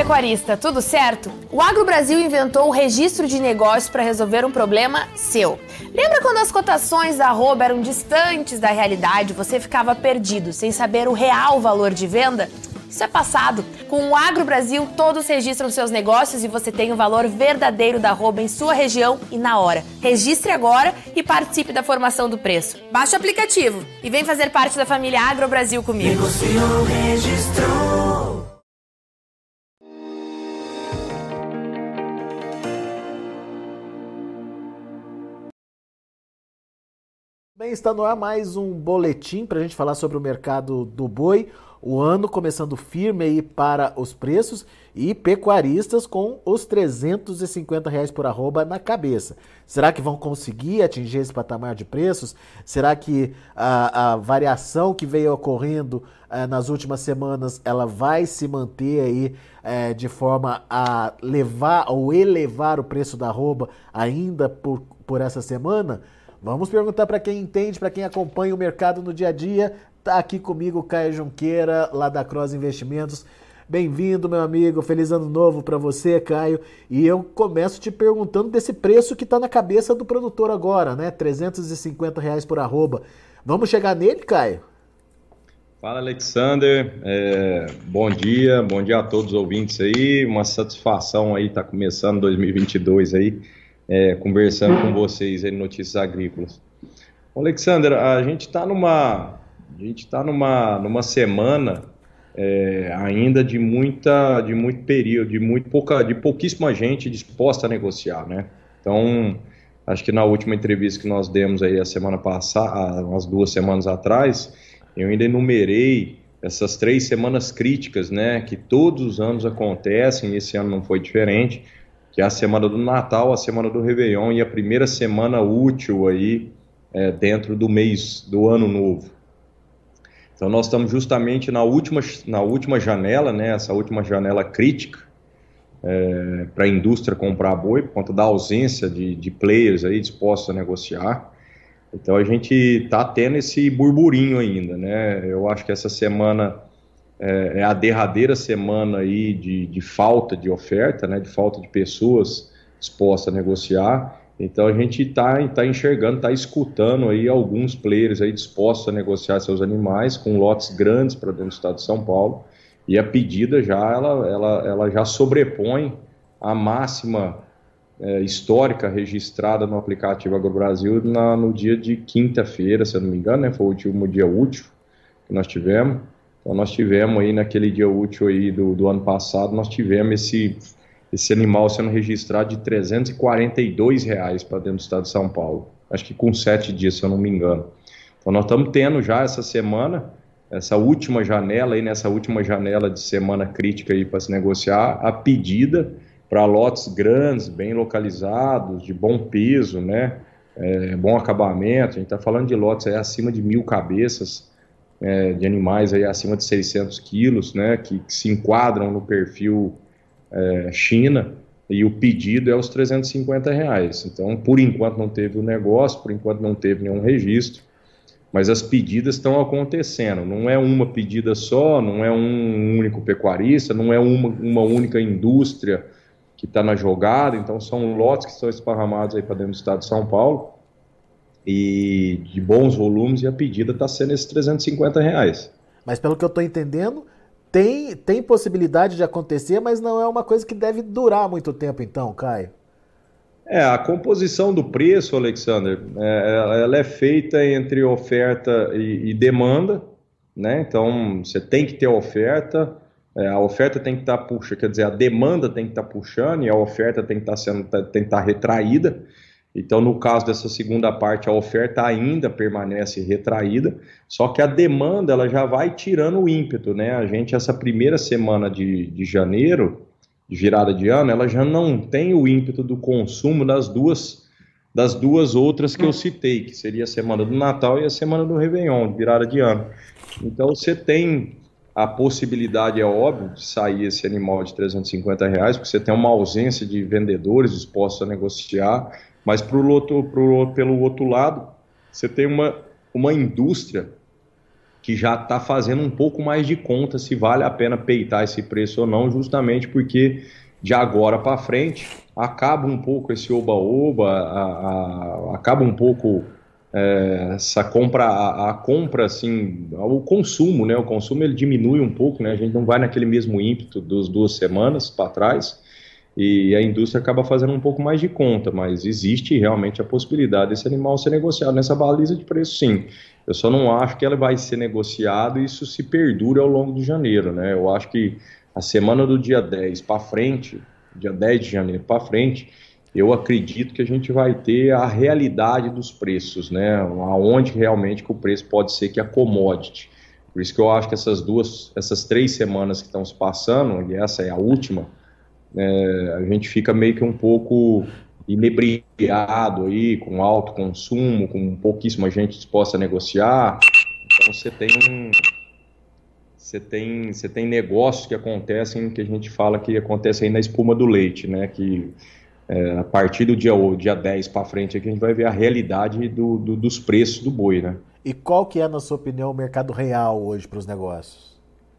pecuarista, tudo certo? O Agro Brasil inventou o registro de negócios para resolver um problema seu. Lembra quando as cotações da arroba eram distantes da realidade, você ficava perdido, sem saber o real valor de venda? Isso é passado. Com o Agro Brasil, todos registram seus negócios e você tem o valor verdadeiro da arroba em sua região e na hora. Registre agora e participe da formação do preço. Baixe o aplicativo e vem fazer parte da família Agro Brasil comigo. Negociou, registrou. Bem, está no ar mais um boletim para a gente falar sobre o mercado do boi. O ano começando firme aí para os preços e pecuaristas com os R$350 por arroba na cabeça. Será que vão conseguir atingir esse patamar de preços? Será que a variação que veio ocorrendo nas últimas semanas ela vai se manter aí de forma a levar ou elevar o preço da arroba ainda por essa semana? Vamos perguntar para quem entende, para quem acompanha o mercado no dia a dia. Está aqui comigo o Caio Junqueira, lá da Cross Investimentos. Bem-vindo, meu amigo. Feliz ano novo para você, Caio. E eu começo te perguntando desse preço que está na cabeça do produtor agora, né? R$350 por arroba. Vamos chegar nele, Caio? Fala, Alexander. Bom dia a todos os ouvintes aí. Uma satisfação aí estar começando 2022 aí. Conversando com vocês aí no Notícias Agrícolas. Alexander, a gente está numa semana ainda de muito período, de pouquíssima gente disposta a negociar, né? Então, acho que na última entrevista que nós demos aí a semana passada, umas 2 semanas atrás, eu ainda enumerei essas 3 semanas críticas, né? Que todos os anos acontecem, e esse ano não foi diferente, que é a semana do Natal, a semana do Réveillon e a primeira semana útil aí dentro do mês do Ano Novo. Então nós estamos justamente na última janela, né, essa última janela crítica para a indústria comprar boi, por conta da ausência de players aí dispostos a negociar. Então a gente está tendo esse burburinho ainda, né? Eu acho que essa semana é a derradeira semana aí de falta de oferta, né, de falta de pessoas dispostas a negociar. Então a gente está enxergando, está escutando aí alguns players aí dispostos a negociar seus animais com lotes grandes para dentro do estado de São Paulo, e a pedida já ela já sobrepõe a máxima histórica registrada no aplicativo Agro Brasil no dia de quinta-feira, se eu não me engano, né, foi o último dia útil que nós tivemos. Então nós tivemos aí naquele dia útil aí do ano passado, nós tivemos esse animal sendo registrado de R$342 para dentro do estado de São Paulo. Acho que com 7 dias, se eu não me engano. Então nós estamos tendo já essa semana, essa última janela aí, nessa última janela de semana crítica aí para se negociar, a pedida para lotes grandes, bem localizados, de bom peso, né? Bom acabamento. A gente está falando de lotes aí acima de 1.000 cabeças, de animais aí acima de 600 quilos, né, que se enquadram no perfil China, e o pedido é os R$350. Então, por enquanto não teve o negócio, por enquanto não teve nenhum registro, mas as pedidas estão acontecendo. Não é uma pedida só, não é um único pecuarista, não é uma única indústria que está na jogada. Então, são lotes que estão esparramados aí para dentro do estado de São Paulo, e de bons volumes, e a pedida está sendo esses R$350. Mas pelo que eu estou entendendo, tem possibilidade de acontecer, mas não é uma coisa que deve durar muito tempo então, Caio. A composição do preço, Alexander, ela é feita entre oferta e demanda, né? Então você tem que ter oferta, a oferta tem que estar puxando, quer dizer, a demanda tem que estar puxando e a oferta tem que estar retraída. Então, no caso dessa segunda parte, a oferta ainda permanece retraída, só que a demanda ela já vai tirando o ímpeto, né? A gente, essa primeira semana de janeiro, de virada de ano, ela já não tem o ímpeto do consumo das duas outras que eu citei, que seria a semana do Natal e a semana do Réveillon, de virada de ano. Então, você tem a possibilidade, é óbvio, de sair esse animal de R$350, porque você tem uma ausência de vendedores dispostos a negociar. Mas pelo outro lado, você tem uma indústria que já está fazendo um pouco mais de conta se vale a pena peitar esse preço ou não, justamente porque de agora para frente acaba um pouco esse oba-oba, acaba um pouco essa compra, a compra assim, o consumo, né? O consumo ele diminui um pouco, né? A gente não vai naquele mesmo ímpeto das 2 semanas para trás e a indústria acaba fazendo um pouco mais de conta, mas existe realmente a possibilidade desse animal ser negociado nessa baliza de preço, sim. Eu só não acho que ela vai ser negociado e isso se perdura ao longo de janeiro, né? Eu acho que a semana do dia 10 para frente, dia 10 de janeiro para frente, eu acredito que a gente vai ter a realidade dos preços, né? Aonde realmente que o preço pode ser que acomode. Por isso que eu acho que essas 3 semanas que estão se passando, e essa é a última, a gente fica meio que um pouco inebriado aí, com alto consumo, com pouquíssima gente disposta a negociar. Então você tem negócios que acontecem, que a gente fala que acontece aí na espuma do leite, né? Que a partir do dia 10 para frente aqui a gente vai ver a realidade dos preços do boi, né? E qual que é, na sua opinião, o mercado real hoje para os negócios?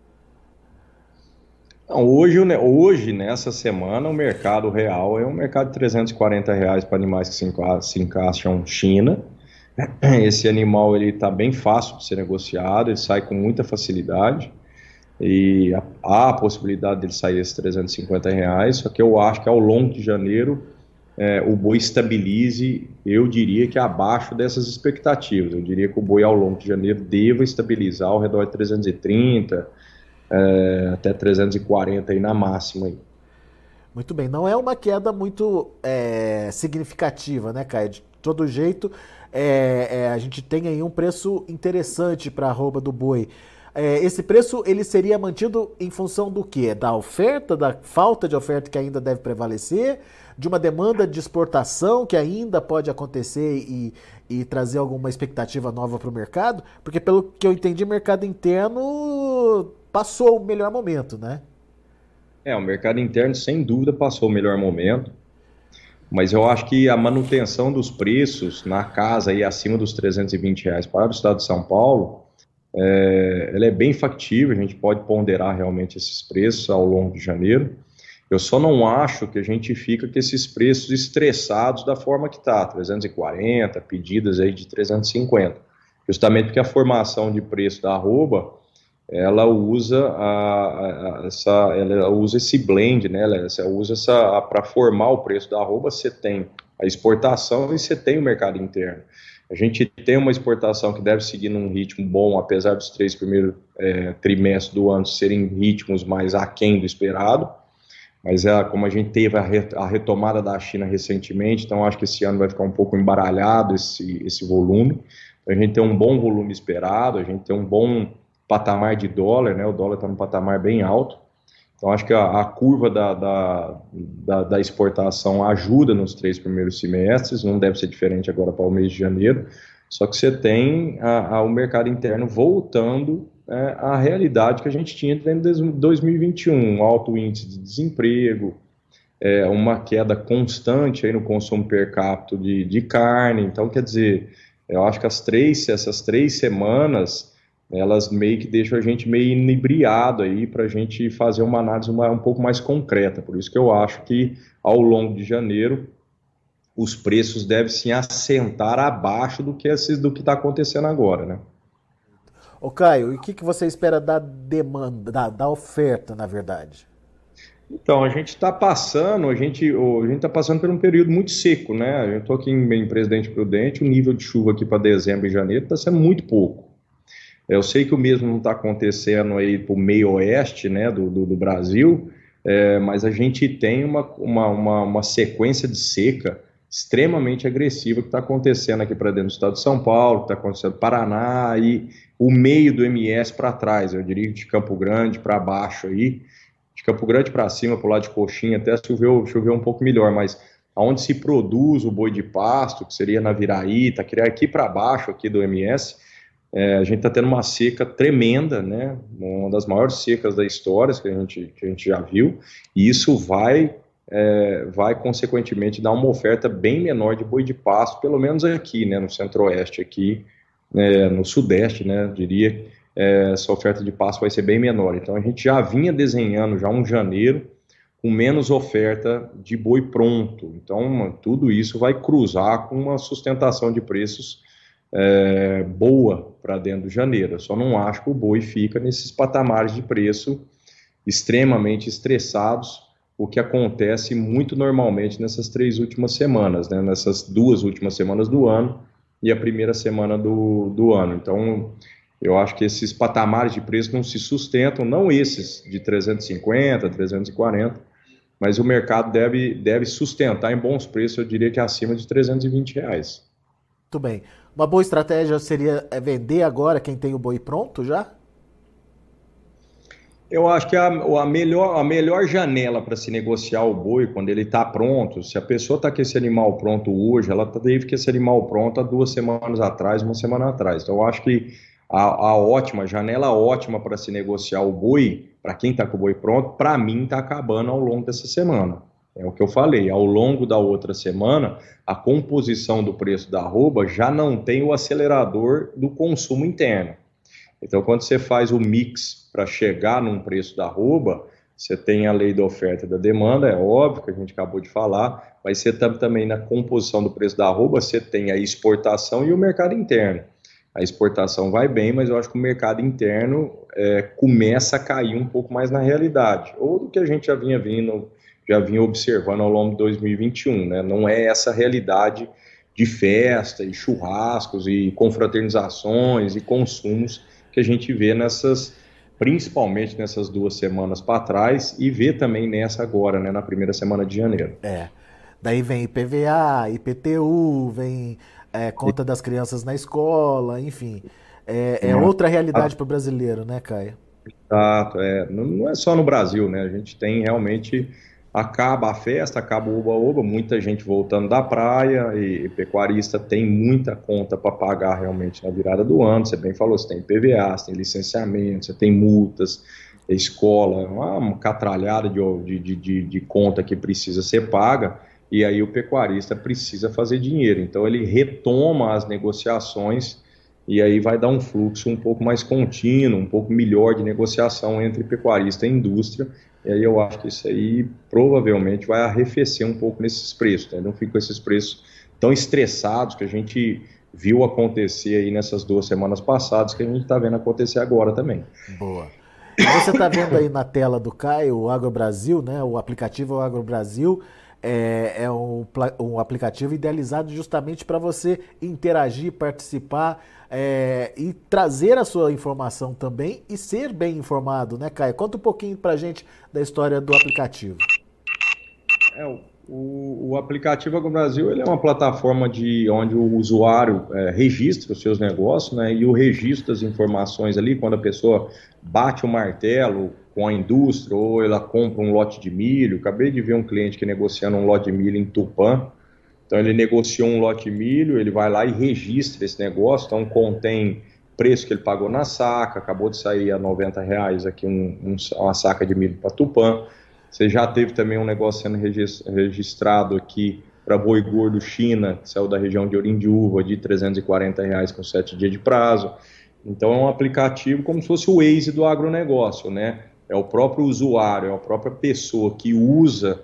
Não, hoje, nessa semana, o mercado real é um mercado de R$ 340 para animais que se encaixam China. Esse animal está bem fácil de ser negociado, ele sai com muita facilidade. E há a possibilidade dele sair esses R$ 350, só que eu acho que ao longo de janeiro o boi estabilize, eu diria que abaixo dessas expectativas. Eu diria que o boi ao longo de janeiro deva estabilizar ao redor de 330, até 340 aí na máxima. Aí. Muito bem, não é uma queda muito significativa, né, Caio? De todo jeito, a gente tem aí um preço interessante para a arroba do boi. Esse preço ele seria mantido em função do quê? Da oferta, da falta de oferta que ainda deve prevalecer, de uma demanda de exportação que ainda pode acontecer e trazer alguma expectativa nova para o mercado? Porque pelo que eu entendi, o mercado interno passou o melhor momento, né? O mercado interno sem dúvida passou o melhor momento, mas eu acho que a manutenção dos preços na casa aí acima dos R$ 320 para o estado de São Paulo, ela é bem factível, a gente pode ponderar realmente esses preços ao longo de janeiro. Eu só não acho que a gente fica com esses preços estressados da forma que está, 340, pedidas aí de 350, justamente porque a formação de preço da arroba, ela usa ela usa esse blend, né? Ela usa para formar o preço da arroba, você tem a exportação e você tem o mercado interno. A gente tem uma exportação que deve seguir num ritmo bom, apesar dos 3 primeiros trimestres do ano serem ritmos mais aquém do esperado, mas como a gente teve a retomada da China recentemente, então acho que esse ano vai ficar um pouco embaralhado esse volume. Então, a gente tem um bom volume esperado, a gente tem um bom patamar de dólar, né? O dólar está num patamar bem alto. Então, acho que a curva da exportação ajuda nos 3 primeiros semestres, não deve ser diferente agora para o mês de janeiro, só que você tem o mercado interno voltando à realidade que a gente tinha dentro de 2021, um alto índice de desemprego, uma queda constante aí no consumo per capita de carne. Então, quer dizer, eu acho que essas 3 semanas elas meio que deixam a gente meio inebriado aí para a gente fazer uma análise um pouco mais concreta. Por isso que eu acho que ao longo de janeiro os preços devem se assentar abaixo do que está acontecendo agora, né? Ô Caio, e o que você espera da demanda, da oferta, na verdade? Então, a gente está passando por um período muito seco, né? Eu estou aqui em Presidente Prudente, o nível de chuva aqui para dezembro e janeiro está sendo muito pouco. Eu sei que o mesmo não está acontecendo aí para o meio oeste, né, do Brasil, mas a gente tem uma sequência de seca extremamente agressiva que está acontecendo aqui para dentro do estado de São Paulo, que está acontecendo no Paraná e o meio do MS para trás, eu diria de Campo Grande para baixo aí, de Campo Grande para cima, para o lado de Coxinha, até choveu um pouco melhor, mas onde se produz o boi de pasto, que seria na Viraí, aqui para baixo aqui do MS, a gente está tendo uma seca tremenda, né? Uma das maiores secas da história que a gente já viu, e isso vai consequentemente dar uma oferta bem menor de boi de pasto, pelo menos aqui, né, no centro-oeste, aqui no sudeste, né, eu diria essa oferta de pasto vai ser bem menor. Então a gente já vinha desenhando já um janeiro com menos oferta de boi pronto. Então tudo isso vai cruzar com uma sustentação de preços boa para dentro de janeiro. Eu só não acho que o boi fica nesses patamares de preço extremamente estressados, o que acontece muito normalmente nessas 3 últimas semanas, né? Nessas 2 últimas semanas do ano e a primeira semana do ano. Então, eu acho que esses patamares de preço não se sustentam, não esses de 350, 340, mas o mercado deve sustentar em bons preços, eu diria que acima de R$ 320. Muito bem. Uma boa estratégia seria vender agora quem tem o boi pronto já? Eu acho que a melhor janela para se negociar o boi, quando ele está pronto, se a pessoa está com esse animal pronto hoje, ela teve que esse animal pronto há 2 semanas atrás, 1 semana atrás. Então, eu acho que a janela ótima para se negociar o boi, para quem está com o boi pronto, para mim está acabando ao longo dessa semana. É o que eu falei, ao longo da outra semana, a composição do preço da arroba já não tem o acelerador do consumo interno. Então, quando você faz o mix para chegar num preço da arroba, você tem a lei da oferta e da demanda, é óbvio que a gente acabou de falar, mas você também na composição do preço da arroba, você tem a exportação e o mercado interno. A exportação vai bem, mas eu acho que o mercado interno começa a cair um pouco mais na realidade, ou do que a gente já vinha observando ao longo de 2021, né? Não é essa realidade de festa e churrascos e confraternizações e consumos que a gente vê principalmente nessas 2 semanas para trás e vê também nessa agora, né, na primeira semana de janeiro. Daí vem IPVA, IPTU, vem conta das crianças na escola, enfim. É outra realidade para o brasileiro, né, Caio? Exato, não é só no Brasil, né? A gente tem realmente... Acaba a festa, acaba o oba-oba, muita gente voltando da praia e pecuarista tem muita conta para pagar realmente na virada do ano. Você bem falou, você tem IPVA, você tem licenciamento, você tem multas, escola, uma catralhada de conta que precisa ser paga e aí o pecuarista precisa fazer dinheiro. Então ele retoma as negociações e aí vai dar um fluxo um pouco mais contínuo, um pouco melhor de negociação entre pecuarista e indústria. E aí eu acho que isso aí provavelmente vai arrefecer um pouco nesses preços, né? Não fica com esses preços tão estressados que a gente viu acontecer aí nessas 2 semanas passadas, que a gente está vendo acontecer agora também. Boa. Você está vendo aí na tela do Caio o AgroBrasil, né? O aplicativo AgroBrasil é um aplicativo idealizado justamente para você interagir, participar e trazer a sua informação também e ser bem informado, né, Caio? Conta um pouquinho para a gente da história do aplicativo. O aplicativo AgroBrasil ele é uma plataforma onde o usuário registra os seus negócios, né, e o registro das informações ali, quando a pessoa bate o martelo com a indústria ou ela compra um lote de milho. Acabei de ver um cliente que negociando um lote de milho em Tupã. Então ele negociou um lote de milho, ele vai lá e registra esse negócio, então contém preço que ele pagou na saca, acabou de sair a R$ 90 aqui uma saca de milho para Tupã. Você já teve também um negócio sendo registrado aqui para boi gordo China, que saiu da região de Orindiúva, de R$ 340 com 7 dias de prazo. Então é um aplicativo como se fosse o Waze do agronegócio, né? É o próprio usuário, é a própria pessoa que usa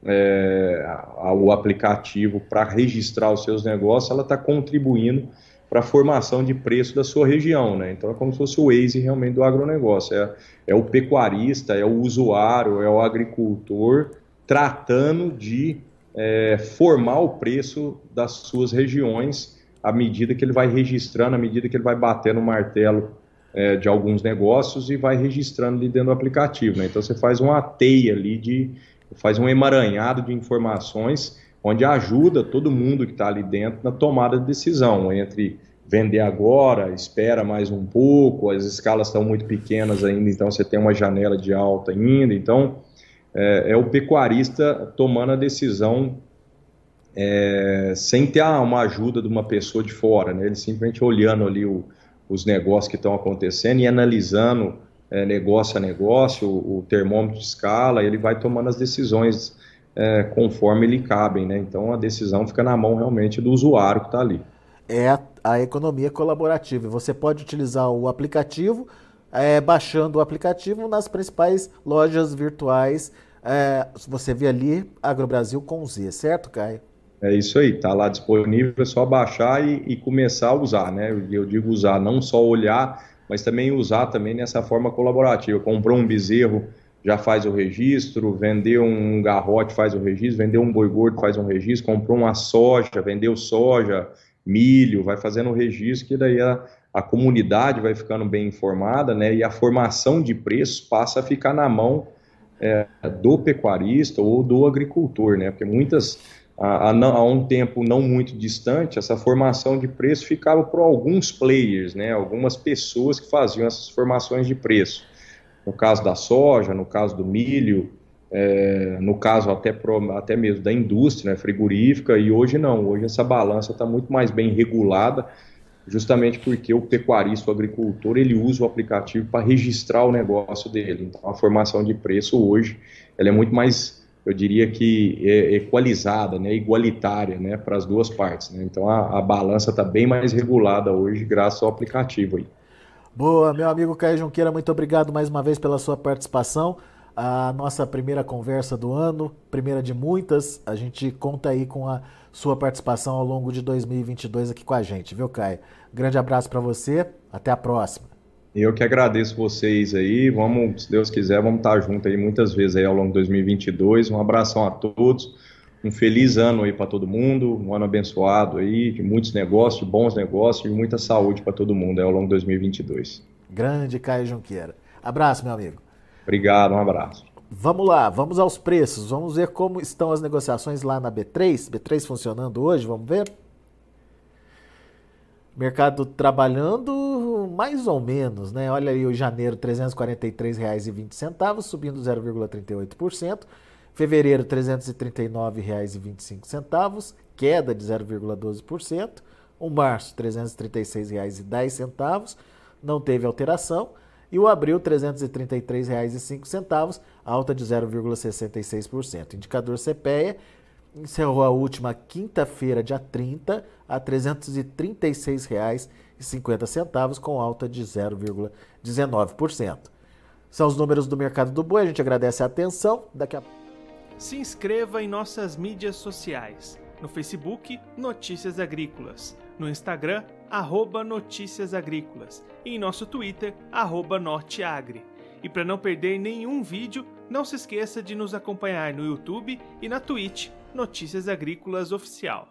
o aplicativo para registrar os seus negócios, ela está contribuindo para a formação de preço da sua região, né? Então é como se fosse o Waze realmente do agronegócio, é o pecuarista, é o usuário, é o agricultor tratando de formar o preço das suas regiões à medida que ele vai registrando, à medida que ele vai batendo o martelo de alguns negócios e vai registrando ali dentro do aplicativo, né? Então você faz uma teia ali faz um emaranhado de informações onde ajuda todo mundo que está ali dentro na tomada de decisão, entre vender agora, espera mais um pouco, as escalas estão muito pequenas ainda, então você tem uma janela de alta ainda, então é o pecuarista tomando a decisão sem ter uma ajuda de uma pessoa de fora, né? Ele simplesmente olhando ali os negócios que estão acontecendo e analisando negócio a negócio, o termômetro de escala, ele vai tomando as decisões conforme lhe cabem, né? Então a decisão fica na mão realmente do usuário que está ali. a economia colaborativa. E você pode utilizar o aplicativo, baixando o aplicativo nas principais lojas virtuais. Você vê ali AgroBrasil com Z, certo, Caio? É isso aí, tá lá disponível, é só baixar e começar a usar, né? Eu digo usar, não só olhar, mas também usar também nessa forma colaborativa. Comprou um bezerro, já faz o registro, vendeu um garrote, faz o registro, vendeu um boi gordo, faz um registro, comprou uma soja, vendeu soja, milho, vai fazendo o registro, que daí a comunidade vai ficando bem informada, né? E a formação de preços passa a ficar na mão do pecuarista ou do agricultor, né? Porque há um tempo não muito distante, essa formação de preço ficava por alguns players, né? Algumas pessoas que faziam essas formações de preço. No caso da soja, no caso do milho, no caso até mesmo da indústria, né, frigorífica, e hoje não, hoje essa balança está muito mais bem regulada, justamente porque o pecuarista, o agricultor, ele usa o aplicativo para registrar o negócio dele. Então, a formação de preço hoje, ela é muito mais, eu diria que equalizada, né, igualitária, né, para as duas partes, né? Então, a balança está bem mais regulada hoje, graças ao aplicativo aí. Boa, meu amigo Caio Junqueira, muito obrigado mais uma vez pela sua participação. A nossa primeira conversa do ano, primeira de muitas, a gente conta aí com a sua participação ao longo de 2022 aqui com a gente, viu, Caio? Grande abraço para você, até a próxima. Eu que agradeço vocês aí, vamos, se Deus quiser, vamos estar juntos aí muitas vezes aí ao longo de 2022. Um abração a todos, um feliz ano aí para todo mundo, um ano abençoado aí, de muitos negócios, de bons negócios e muita saúde para todo mundo aí ao longo de 2022. Grande Caio Junqueira. Abraço, meu amigo. Obrigado, um abraço. Vamos lá, vamos aos preços, vamos ver como estão as negociações lá na B3. B3 funcionando hoje, vamos ver? Mercado trabalhando mais ou menos, né? Olha aí o janeiro, R$ 343,20, subindo 0,38%. Fevereiro, R$ 339,25, queda de 0,12%. O março, R$ 336,10, não teve alteração. E o abril, R$ 333,05, alta de 0,66%. Indicador CPEA encerrou a última quinta-feira, dia 30, a R$ 336,50, com alta de 0,19%. São os números do mercado do boi, a gente agradece a atenção. Se inscreva em nossas mídias sociais. No Facebook, Notícias Agrícolas. No Instagram, @Notícias Agrícolas. E em nosso Twitter, @Norteagri. E para não perder nenhum vídeo, não se esqueça de nos acompanhar no YouTube e na Twitch, Notícias Agrícolas Oficial.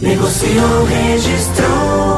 Negociou, registrou.